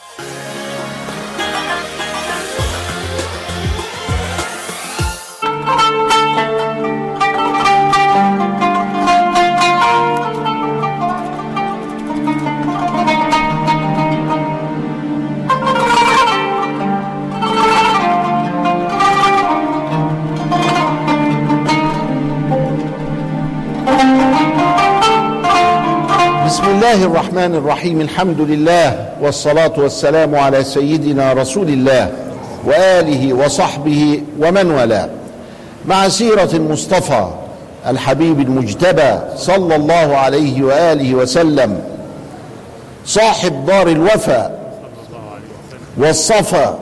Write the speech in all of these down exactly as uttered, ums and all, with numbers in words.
بسم الله الرحمن الرحيم. الحمد لله والصلاة والسلام على سيدنا رسول الله وآله وصحبه ومن والاه، مع سيرة المصطفى الحبيب المجتبى صلى الله عليه وآله وسلم، صاحب دار الوفا والصفا.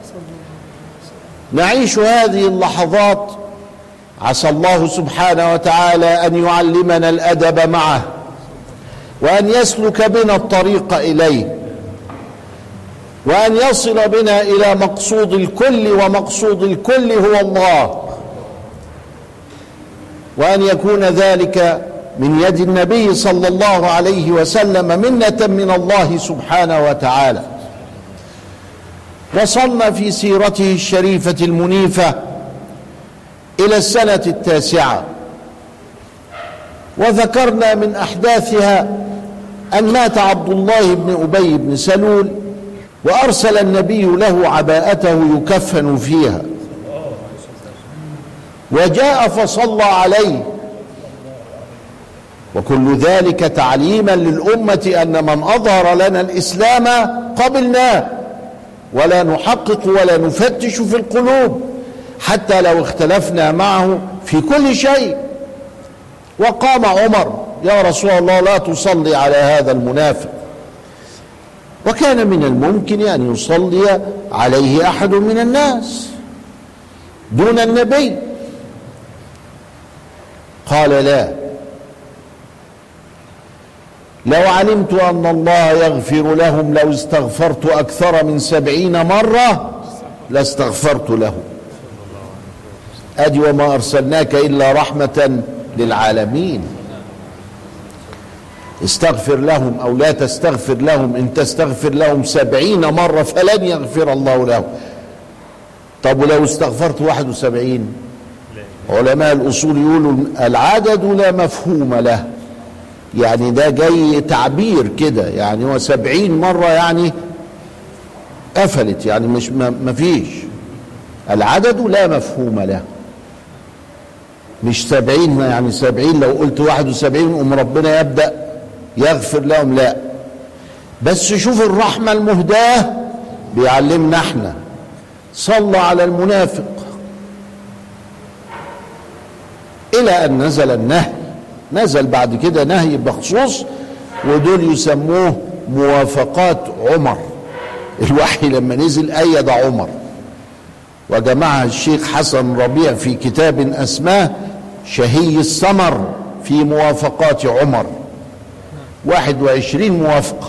نعيش هذه اللحظات، عسى الله سبحانه وتعالى أن يعلمنا الأدب معه، وأن يسلك بنا الطريق إليه، وأن يصل بنا إلى مقصود الكل، ومقصود الكل هو الله، وأن يكون ذلك من يد النبي صلى الله عليه وسلم منة من الله سبحانه وتعالى. وصلنا في سيرته الشريفة المنيفة إلى السنة التاسعة، وذكرنا من أحداثها أن مات عبد الله بن أبي بن سلول، وأرسل النبي له عباءته يكفن فيها، وجاء فصلى عليه، وكل ذلك تعليما للأمة أن من أظهر لنا الإسلام قبلناه، ولا نحقق ولا نفتش في القلوب حتى لو اختلفنا معه في كل شيء. وقام عمر: يا رسول الله لا تصلي على هذا المنافق. وكان من الممكن أن يصلي عليه أحد من الناس دون النبي. قال: لا، لو علمت أن الله يغفر لهم لو استغفرت أكثر من سبعين مرة لاستغفرت لهم. أدي وما أرسلناك إلا رحمة للعالمين. استغفر لهم أو لا تستغفر لهم، إن تستغفر لهم سبعين مرة فلن يغفر الله لهم. طب ولو استغفرت واحد وسبعين؟ علماء الأصول يقولوا العدد لا مفهوم له، يعني ده جاي تعبير كده، يعني هو سبعين مرة يعني قفلت، يعني مش ما فيش، العدد لا مفهوم له، مش سبعين يعني سبعين لو قلت واحد وسبعين أم ربنا يبدأ يغفر لهم، لا. بس شوف الرحمة المهداة بيعلمنا احنا. صلى على المنافق إلى أن نزل النهي. نزل بعد كده نهي بخصوص، ودول يسموه موافقات عمر. الوحي لما نزل أيد عمر، وجمعها الشيخ حسن ربيع في كتاب أسماه شهي السمر في موافقات عمر، واحد وعشرين موافقة،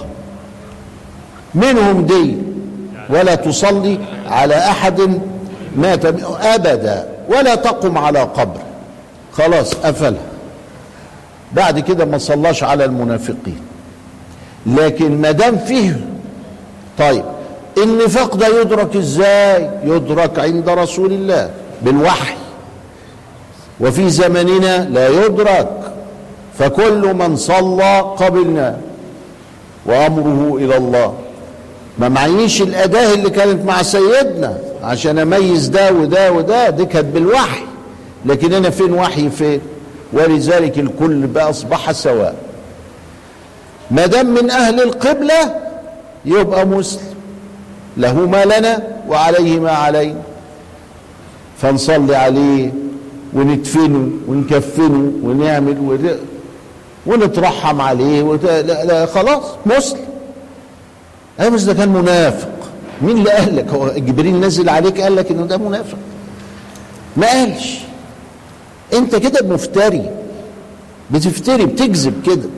منهم دي: ولا تصلي على أحد مات أبدا، ولا تقم على قبر. خلاص قفلها. بعد كده ما صلاش على المنافقين. لكن ما دام فيه، طيب النفاق ده يدرك ازاي؟ يدرك عند رسول الله بالوحي، وفي زمننا لا يدرك. فكل من صلى قبلنا وامره الى الله. ما معيش الاداه اللي كانت مع سيدنا عشان اميز ده وده وده، دي كانت بالوحي، لكن انا فين وحي فين؟ ولذلك الكل بقى اصبح سواء. ما دام من اهل القبله يبقى مسلم، له ما لنا وعليه ما علينا، فنصلي عليه وندفنه ونكفنه ونعمل ون... ونترحم عليه وت... لا لا خلاص مسلم. ايوه بس ده كان منافق. مين اللي قال لك؟ هو جبريل نزل عليك قال لك انه ده منافق؟ ما قالش. انت كده مفتري، بتفتري، بتكذب كده.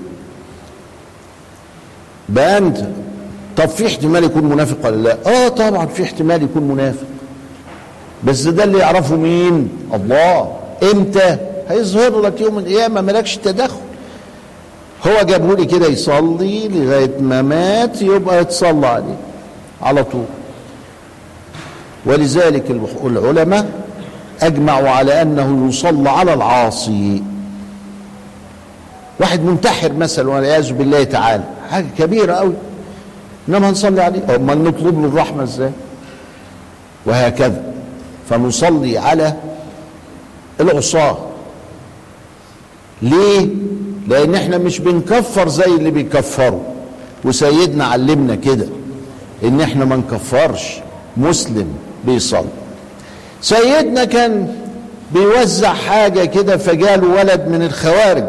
بقى انت طب في احتمال يكون منافق ولا لا؟ اه طبعا في احتمال يكون منافق، بس ده اللي يعرفه مين؟ الله. امتى؟ هيظهر لك يوم القيامه، مالكش تدخل. هو جابه لي كده يصلي لغايه ما مات، يبقى يتصلى عليه. على طول. ولذلك العلماء اجمعوا على انه يصلى على العاصي. واحد منتحر مثلا والعياذ بالله تعالى، حاجه كبيره قوي، انما هنصلي عليه؟ امال نطلب له الرحمه ازاي؟ وهكذا. فنصلي على العصاه. ليه؟ لان احنا مش بنكفر زي اللي بيكفروا، وسيدنا علمنا كده ان احنا ما نكفرش مسلم بيصلي. سيدنا كان بيوزع حاجه كده، فجاله ولد من الخوارج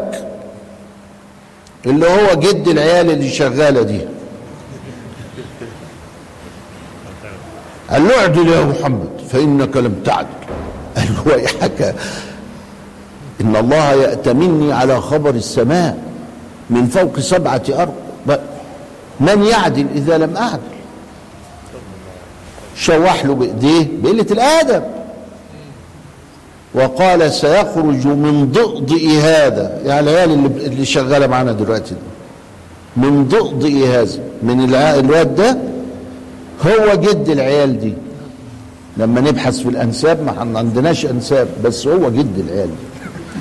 اللي هو جد العيال اللي شغاله دي، قال له اعدل يا محمد فانك لم تعدل. قال له ويحك ان الله يأتمني على خبر السماء من فوق سبعه ارض، من يعدل اذا لم اعدل؟ شوح له بايديه بقله الادب، وقال سيخرج من ضئضئ هذا، يعني العيال اللي, اللي شغاله معانا دلوقتي ده، من ضئضئ هذا، من الواد ده هو جد العيال دي. لما نبحث في الانساب ما عندناش انساب، بس هو جد العيال دي.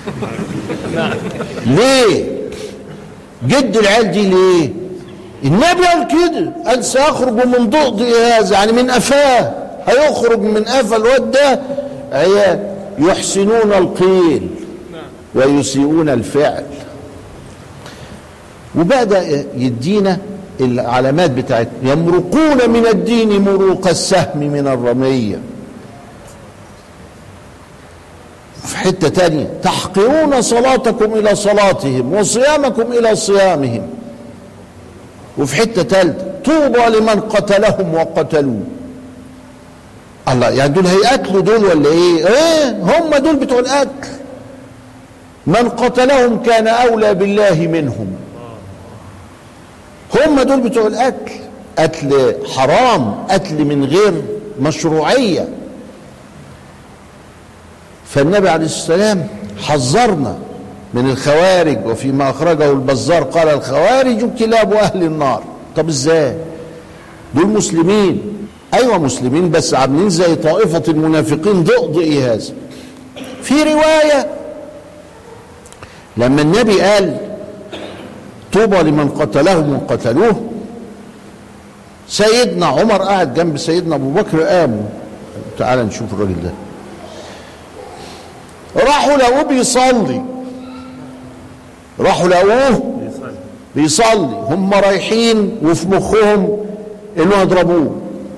ليه جد العيال دي؟ ليه؟ النبي قال كده، قال سيخرج من ضئضئ هذا، يعني من قفاه، هيخرج من قفا الواد ده عيال يحسنون القيل ويسيئون الفعل. وبدأ يدينا العلامات بتاعت يمرقون من الدين مروق السهم من الرمية. في حتة تانية تحقرون صلاتكم إلى صلاتهم وصيامكم إلى صيامهم. وفي حتة ثالثة طوبى لمن قتلهم وقتلوه. الله، يعني دول هيقتلوا دول ولا ايه؟ ايه هم دول بتوع القتل. من قتلهم كان اولى بالله منهم. هم دول بتوع القتل، قتل حرام، قتل من غير مشروعية. فالنبي عليه السلام حذرنا من الخوارج، وفيما اخرجه البزار قال الخوارج كلاب اهل النار. طب ازاي؟ دول مسلمين، ايوه مسلمين، بس عاملين زي طائفة المنافقين ضئضئ هذا. في رواية لما النبي قال طوبى لمن قتلهم وقتلوه، سيدنا عمر قاعد جنب سيدنا ابو بكر، قاموا تعال نشوف الراجل ده. راحوا لقوه بيصلي، راحوا لقوه بيصلي، هم رايحين وفي مخهم انه يضربوه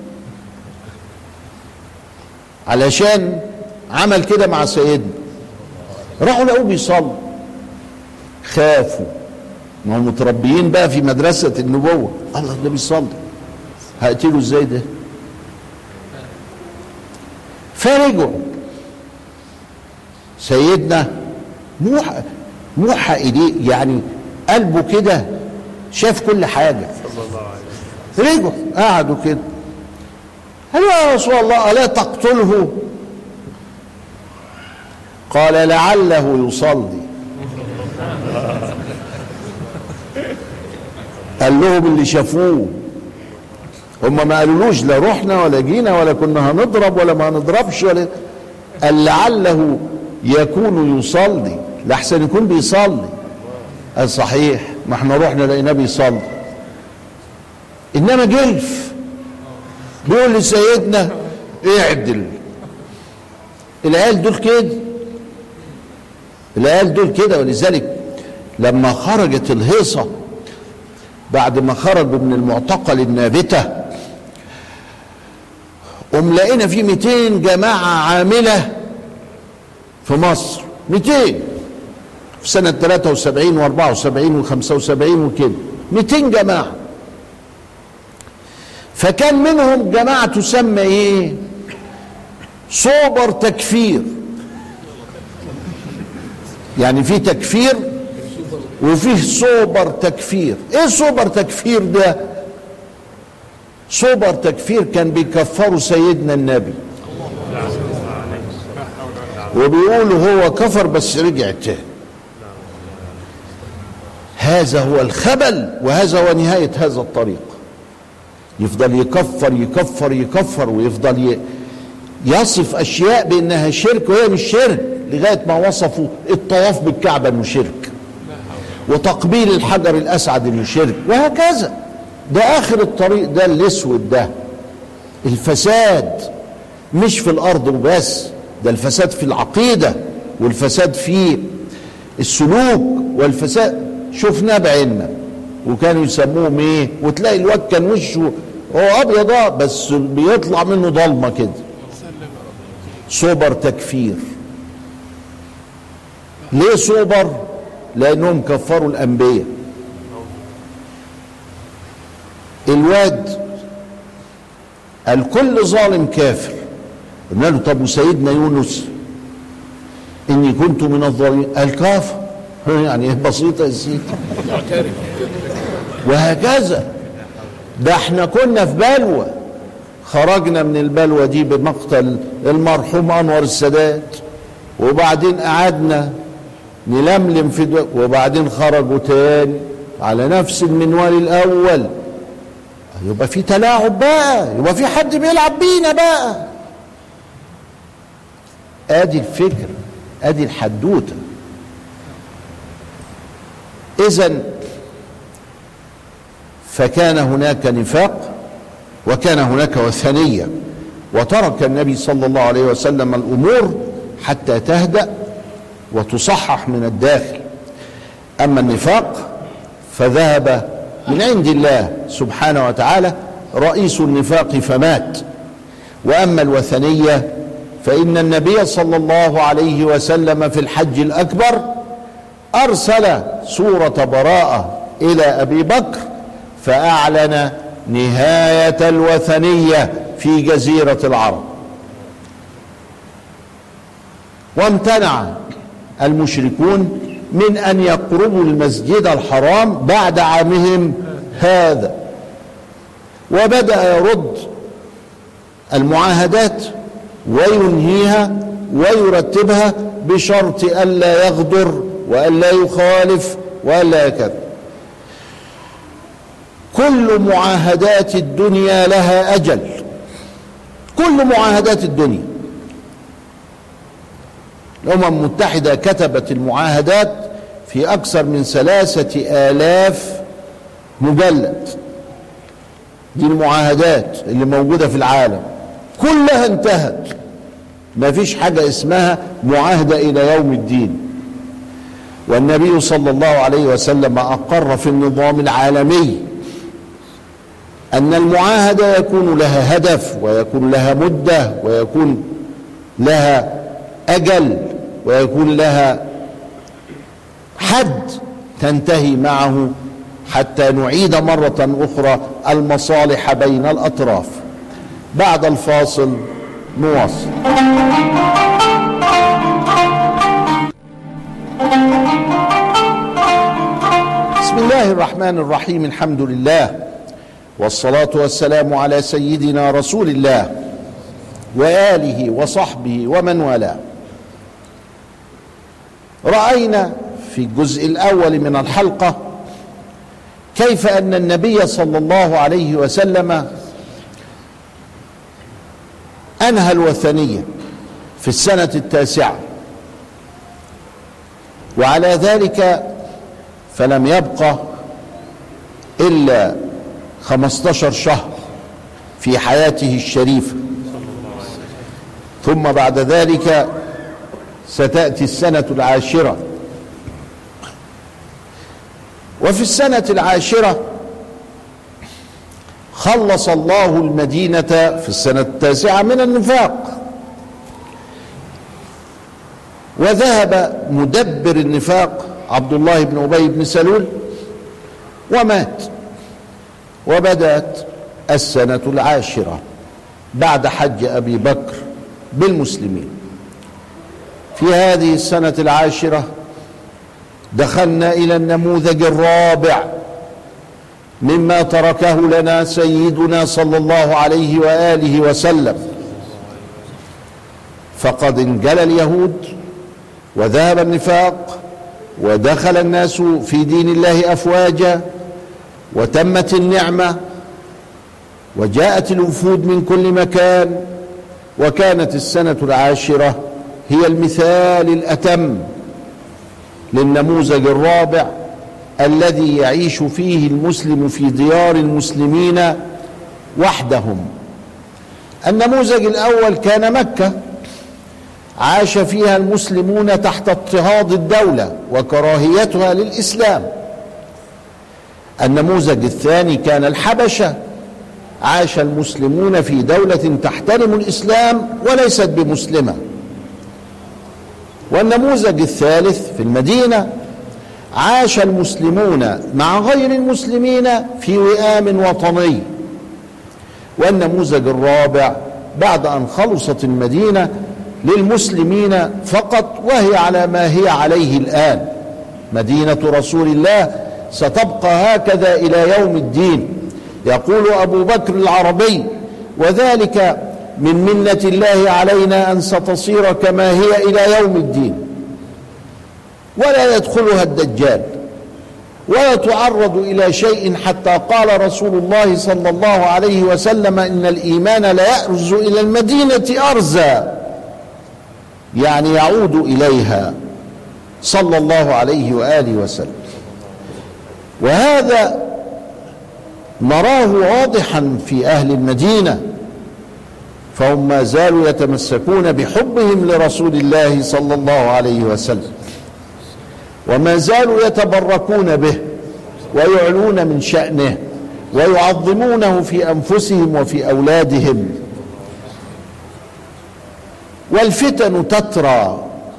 علشان عمل كده مع سيدنا. راحوا لقوه بيصلي، خافوا، ما هم متربيين بقى في مدرسة النبوة. الله، ده بيصلي، هقتله ازاي ده؟ فرجعوا. سيدنا موحى موحى ايديه، يعني قلبه كده شاف كل حاجة. رجعوا قعدوا كده، قالوا يا رسول الله ألا تقتله؟ قال لعله يصلي. قال لهم اللي شافوه، هم ما قالولوش لا رحنا ولا جينا ولا كنا هنضرب ولا ما هنضربش ولا، قال لعله يكون يصلي، لحسن يكون بيصلي. قال صحيح، ما احنا رحنا لقيناه بيصلي. انما جلف بيقول لسيدنا اعدل. العيال دول كده، العيال دول كده. ولذلك لما خرجت الهيصة بعد ما خرجوا من المعتقل النابتة، قم لقينا في مئتين جماعة عاملة في مصر، مئتين في سنة ثلاثة وسبعين واربعة وسبعين وخمسة وسبعين وكده، مئتين جماعة. فكان منهم جماعة تسمى ايه؟ صوبر تكفير. يعني في تكفير وفيه صوبر تكفير. ايه صوبر تكفير ده؟ صوبر تكفير كان بيكفروا سيدنا النبي، وبيقولوا هو كفر بس رجع تاني. هذا هو الخبل، وهذا هو نهاية هذا الطريق. يفضل يكفر يكفر يكفر ويفضل يصف اشياء بانها شرك وهي مش شرك، لغايه ما وصفوا الطواف بالكعبه انه شرك، وتقبيل الحجر الاسعد انه شرك، وهكذا. ده اخر الطريق، ده الاسود، ده الفساد مش في الارض وبس، ده الفساد في العقيده، والفساد في السلوك، والفساد شفناه بعيننا. وكانوا يسموهم ايه، وتلاقي الواد كان وشه هو ابيض بس بيطلع منه ضلمه كده، صبر تكفير. ليه صبر؟ لانهم كفروا الانبياء. الواد الكل ظالم كافر. قلنا له طب وسيدنا يونس اني كنت من الظالمين، قال كافر. يعني بسيطه يا سيدي. وهكذا. ده احنا كنا في بلوى، خرجنا من البلوى دي بمقتل المرحوم انور السادات، وبعدين قعدنا نلملم في دو... وبعدين خرجوا تاني على نفس المنوال الاول. يبقى في تلاعب بقى، يبقى في حد بيلعب بينا بقى. ادي الفكر، ادي الحدوته. اذن فكان هناك نفاق وكان هناك وثنيه، وترك النبي صلى الله عليه وسلم الامور حتى تهدأ وتصحح من الداخل. اما النفاق فذهب من عند الله سبحانه وتعالى رئيس النفاق فمات. واما الوثنيه فان النبي صلى الله عليه وسلم في الحج الاكبر ارسل سوره براءه الى ابي بكر فاعلن نهايه الوثنيه في جزيره العرب، وامتنع المشركون من ان يقربوا المسجد الحرام بعد عامهم هذا، وبدأ يرد المعاهدات وينهيها ويرتبها بشرط ألا يغدر وألا يخالف وألا يكذب. كل معاهدات الدنيا لها أجل، كل معاهدات الدنيا. الأمم المتحدة كتبت المعاهدات في أكثر من ثلاثة آلاف مجلد. دي المعاهدات اللي موجودة في العالم كلها انتهت، ما فيش حاجة اسمها معاهدة إلى يوم الدين. والنبي صلى الله عليه وسلم أقر في النظام العالمي أن المعاهدة يكون لها هدف ويكون لها مدة ويكون لها أجل ويكون لها حد تنتهي معه حتى نعيد مرة أخرى المصالح بين الأطراف. بعد الفاصل نواصل. بسم الله الرحمن الرحيم. الحمد لله والصلاة والسلام على سيدنا رسول الله وآله وصحبه ومن والاه. رأينا في الجزء الأول من الحلقة كيف أن النبي صلى الله عليه وسلم أنهى الوثنية في السنة التاسعة، وعلى ذلك فلم يبقى إلا خمسة عشر شهر في حياته الشريفة، ثم بعد ذلك ستأتي السنة العاشرة. وفي السنة العاشرة خلص الله المدينة في السنة التاسعة من النفاق، وذهب مدبر النفاق عبد الله بن أبي بن سلول ومات، وبدأت السنة العاشرة بعد حج أبي بكر بالمسلمين. في هذه السنة العاشرة دخلنا إلى النموذج الرابع مما تركه لنا سيدنا صلى الله عليه وآله وسلم، فقد انجلى اليهود وذهب النفاق ودخل الناس في دين الله أفواجا، وتمت النعمة وجاءت الوفود من كل مكان، وكانت السنة العاشرة هي المثال الأتم للنموذج الرابع الذي يعيش فيه المسلم في ديار المسلمين وحدهم. النموذج الأول كان مكة، عاش فيها المسلمون تحت اضطهاد الدولة وكراهيتها للإسلام. النموذج الثاني كان الحبشة، عاش المسلمون في دولة تحترم الإسلام وليست بمسلمة. والنموذج الثالث في المدينة، عاش المسلمون مع غير المسلمين في وئام وطني. والنموذج الرابع بعد أن خلصت المدينة للمسلمين فقط، وهي على ما هي عليه الآن، مدينة رسول الله ستبقى هكذا إلى يوم الدين. يقول أبو بكر العربي: وذلك من منة الله علينا أن ستصير كما هي إلى يوم الدين، ولا يدخلها الدجال ولا تعرض إلى شيء، حتى قال رسول الله صلى الله عليه وسلم: إن الإيمان لا يأرز إلى المدينة أرزا، يعني يعود إليها صلى الله عليه وآله وسلم. وهذا نراه واضحا في أهل المدينة، فهم ما زالوا يتمسكون بحبهم لرسول الله صلى الله عليه وسلم، وما زالوا يتبركون به ويعلون من شأنه ويعظمونه في أنفسهم وفي أولادهم. والفتن تترى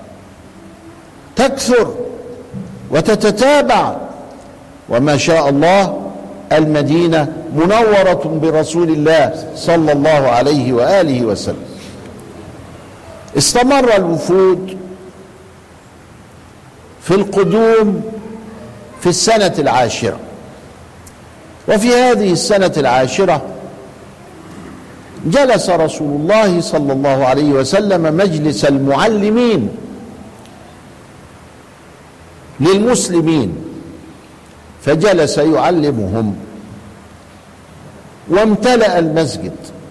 تكثر وتتتابع، وما شاء الله المدينة منورة برسول الله صلى الله عليه وآله وسلم. استمر الوفود في القدوم في السنة العاشرة، وفي هذه السنة العاشرة جلس رسول الله صلى الله عليه وسلم مجلس المعلمين للمسلمين، فجلس يعلمهم، وامتلأ المسجد،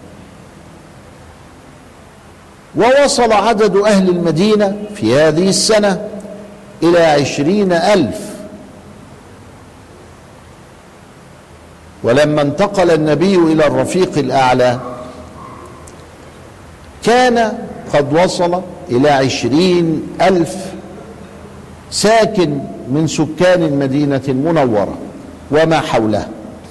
ووصل عدد أهل المدينة في هذه السنة إلى عشرين ألف. ولما انتقل النبي إلى الرفيق الأعلى كان قد وصل إلى عشرين ألف ساكن من سكان المدينة المنورة وما حولها.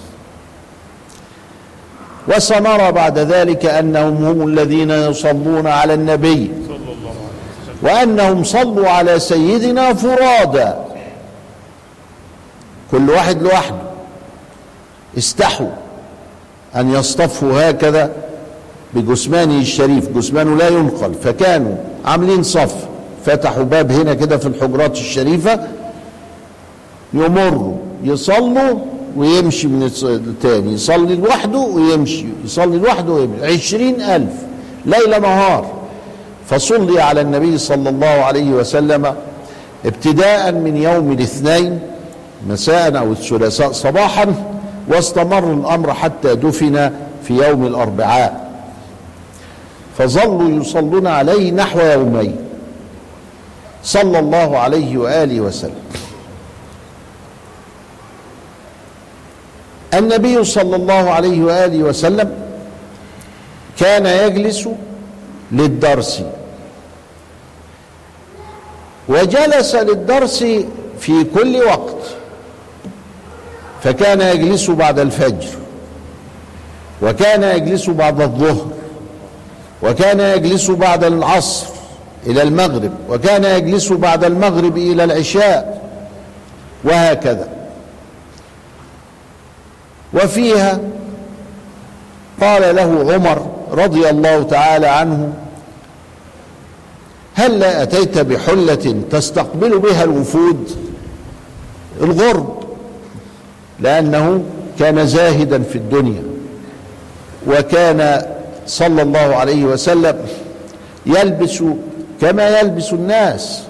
وسنرى بعد ذلك أنهم هم الذين يصلون على النبي، وأنهم صلوا على سيدنا فرادا، كل واحد لوحده، استحوا أن يصطفوا هكذا بجثمانه الشريف، جثمانه لا ينقل، فكانوا عاملين صف، فتحوا باب هنا كده في الحجرات الشريفة، يمروا يصلوا ويمشي من التاني، يصلي لوحده ويمشي، يصلي لوحده ويمشي، عشرين ألف ليل نهار. فصلي على النبي صلى الله عليه وسلم ابتداء من يوم الاثنين مساء أو الثلاثاء صباحا، واستمر الأمر حتى دفن في يوم الأربعاء، فظلوا يصلون عليه نحو يومين صلى الله عليه وآله وسلم. النبي صلى الله عليه وآله وسلم كان يجلس للدرس، وجلس للدرس في كل وقت، فكان يجلس بعد الفجر، وكان يجلس بعد الظهر، وكان يجلس بعد العصر إلى المغرب، وكان يجلس بعد المغرب إلى العشاء، وهكذا. وفيها قال له عمر رضي الله تعالى عنه: هل أتيت بحلة تستقبل بها الوفود؟ الغرب، لأنه كان زاهدا في الدنيا، وكان صلى الله عليه وسلم يلبس كما يلبس الناس.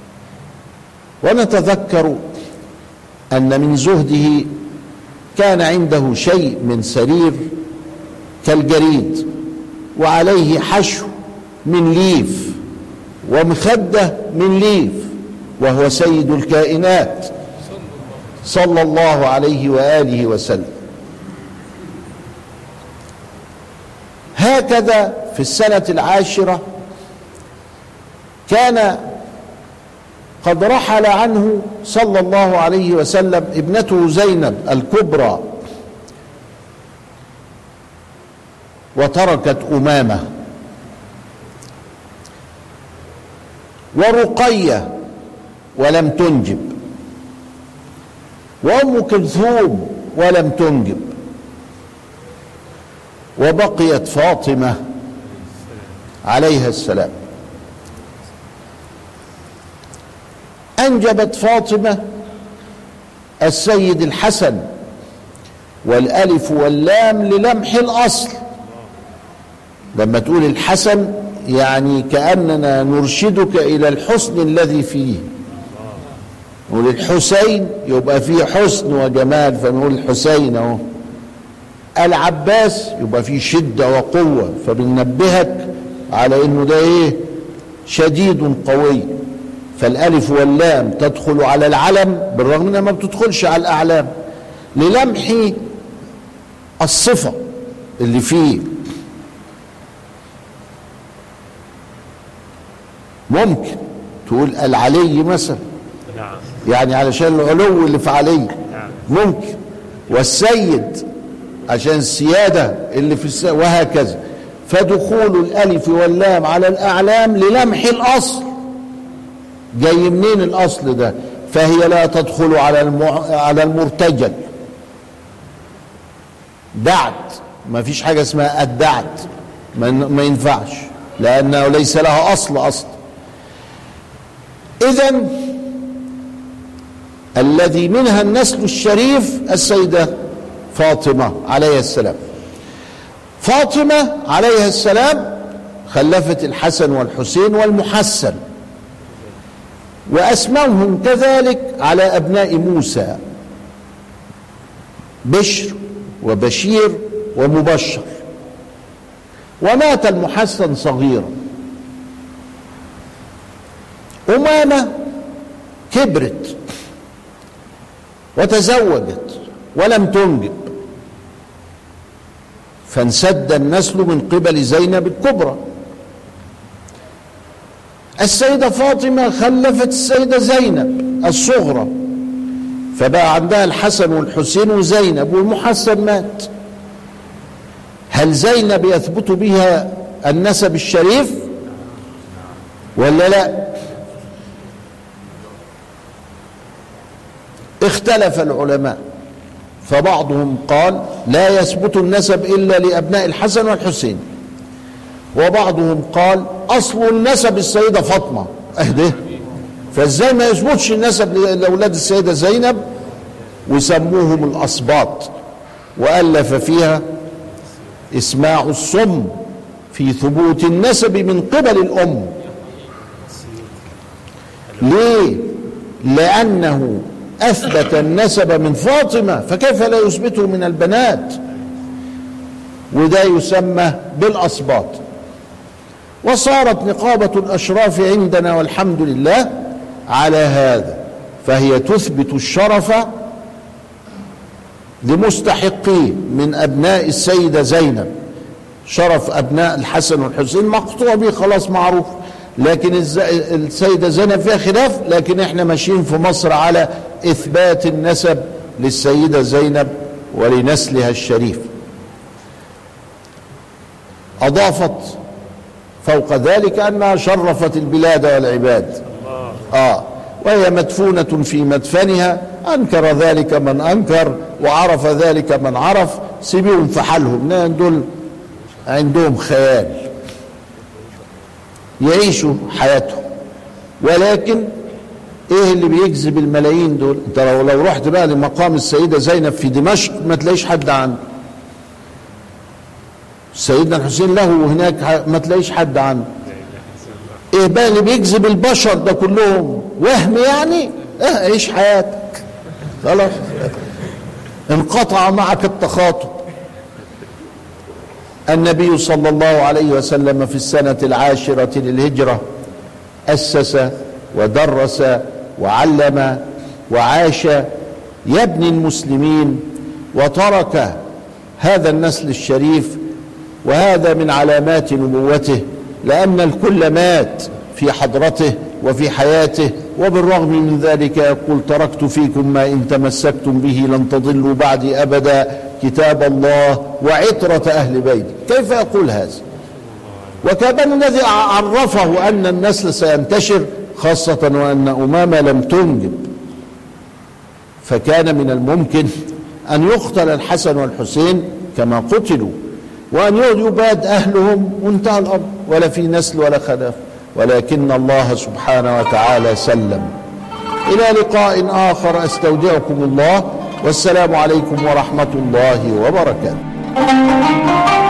ونتذكر أن من زهده كان عنده شيء من سرير كالجريد وعليه حشو من ليف ومخدة من ليف، وهو سيد الكائنات صلى الله عليه وآله وسلم. هكذا في السنة العاشرة كان قد رحل عنه صلى الله عليه وسلم ابنته زينب الكبرى، وتركت أمامة ورقية ولم تنجب، وأم كلثوم ولم تنجب، وبقيت فاطمة عليها السلام. أنجبت فاطمة السيد الحسن، والألف واللام للمح الأصل. لما تقول الحسن يعني كأننا نرشدك إلى الحسن الذي فيه. نقول الحسين يبقى فيه حسن وجمال، فنقول الحسين اهو. العباس يبقى فيه شدة وقوة، فبننبهك على انه ده ايه؟ شديد قوي. فالالف واللام تدخل على العلم بالرغم انها ما بتدخلش على الاعلام، للمح الصفة اللي فيه. ممكن تقول العلي مثلا، يعني علشان العلو اللي في علي ممكن، والسيد عشان السيادة اللي في السيادة، وهكذا. فدخول الألف واللام على الأعلام للمح الأصل. جاي منين الأصل ده؟ فهي لا تدخل على المع... على المرتجل. دعت، ما فيش حاجة اسمها الدعت، ما, ما ينفعش، لأنه ليس لها أصل أصل. إذن الذي منها النسل الشريف السيدة فاطمة عليها السلام. فاطمة عليها السلام خلفت الحسن والحسين والمحسن، وأسموهم كذلك على أبناء موسى: بشر وبشير ومبشر. ومات المحسن صغيرا. أمامة كبرت وتزوجت ولم تنجب، فانسد النسل من قبل زينب الكبرى. السيدة فاطمة خلفت السيدة زينب الصغرى، فبقى عندها الحسن والحسين وزينب، والمحسن مات. هل زينب يثبت بها النسب الشريف ولا لا؟ اختلف العلماء، فبعضهم قال لا يثبت النسب إلا لأبناء الحسن والحسين، وبعضهم قال أصل النسب السيدة فاطمة أهده، فازاي ما يثبتش النسب لأولاد السيدة زينب؟ وسموهم الأسباط، وألف فيها إسماع الصم في ثبوت النسب من قبل الأم. ليه؟ لأنه أثبت النسب من فاطمة، فكيف لا يثبته من البنات؟ وده يسمى بالأسباط. وصارت نقابة الأشراف عندنا والحمد لله على هذا، فهي تثبت الشرف لمستحقيه من أبناء السيدة زينب. شرف أبناء الحسن والحسين مقطوع به، خلاص معروف، لكن السيدة زينب فيها خلاف، لكن احنا ماشيين في مصر على إثبات النسب للسيدة زينب ولنسلها الشريف. أضافت فوق ذلك أنها شرفت البلاد والعباد. آه وهي مدفونة في مدفنها، أنكر ذلك من أنكر وعرف ذلك من عرف، سيبيهم في حالهم، دول عندهم خيال يعيشوا حياتهم. ولكن ايه اللي بيجذب الملايين دول؟ انت لو لو رحت بقى لمقام السيدة زينب في دمشق ما تلاقيش حد عنده. سيدنا الحسين له هناك ما تلاقيش حد عنده. ايه بقى اللي بيجذب البشر ده كلهم؟ وهم يعني؟ اه عيش حياتك خلاص، انقطع معك التخاطب. النبي صلى الله عليه وسلم في السنة العاشرة للهجرة أسس ودرس وعلم وعاش يبني المسلمين، وترك هذا النسل الشريف، وهذا من علامات نبوته، لأن الكل مات في حضرته وفي حياته، وبالرغم من ذلك يقول: تركت فيكم ما إن تمسكتم به لن تضلوا بعدي أبدا، كتاب الله وعترة أهل بيتي. كيف يقول هذا؟ وكان الذي عرفه أن النسل سينتشر، خاصة وأن أمامة لم تنجب، فكان من الممكن أن يقتل الحسن والحسين كما قتلوا، وأن يباد أهلهم وانتهى الأمر، ولا في نسل ولا خلاف. ولكن الله سبحانه وتعالى سلم. إلى لقاء آخر، أستودعكم الله، والسلام عليكم ورحمة الله وبركاته.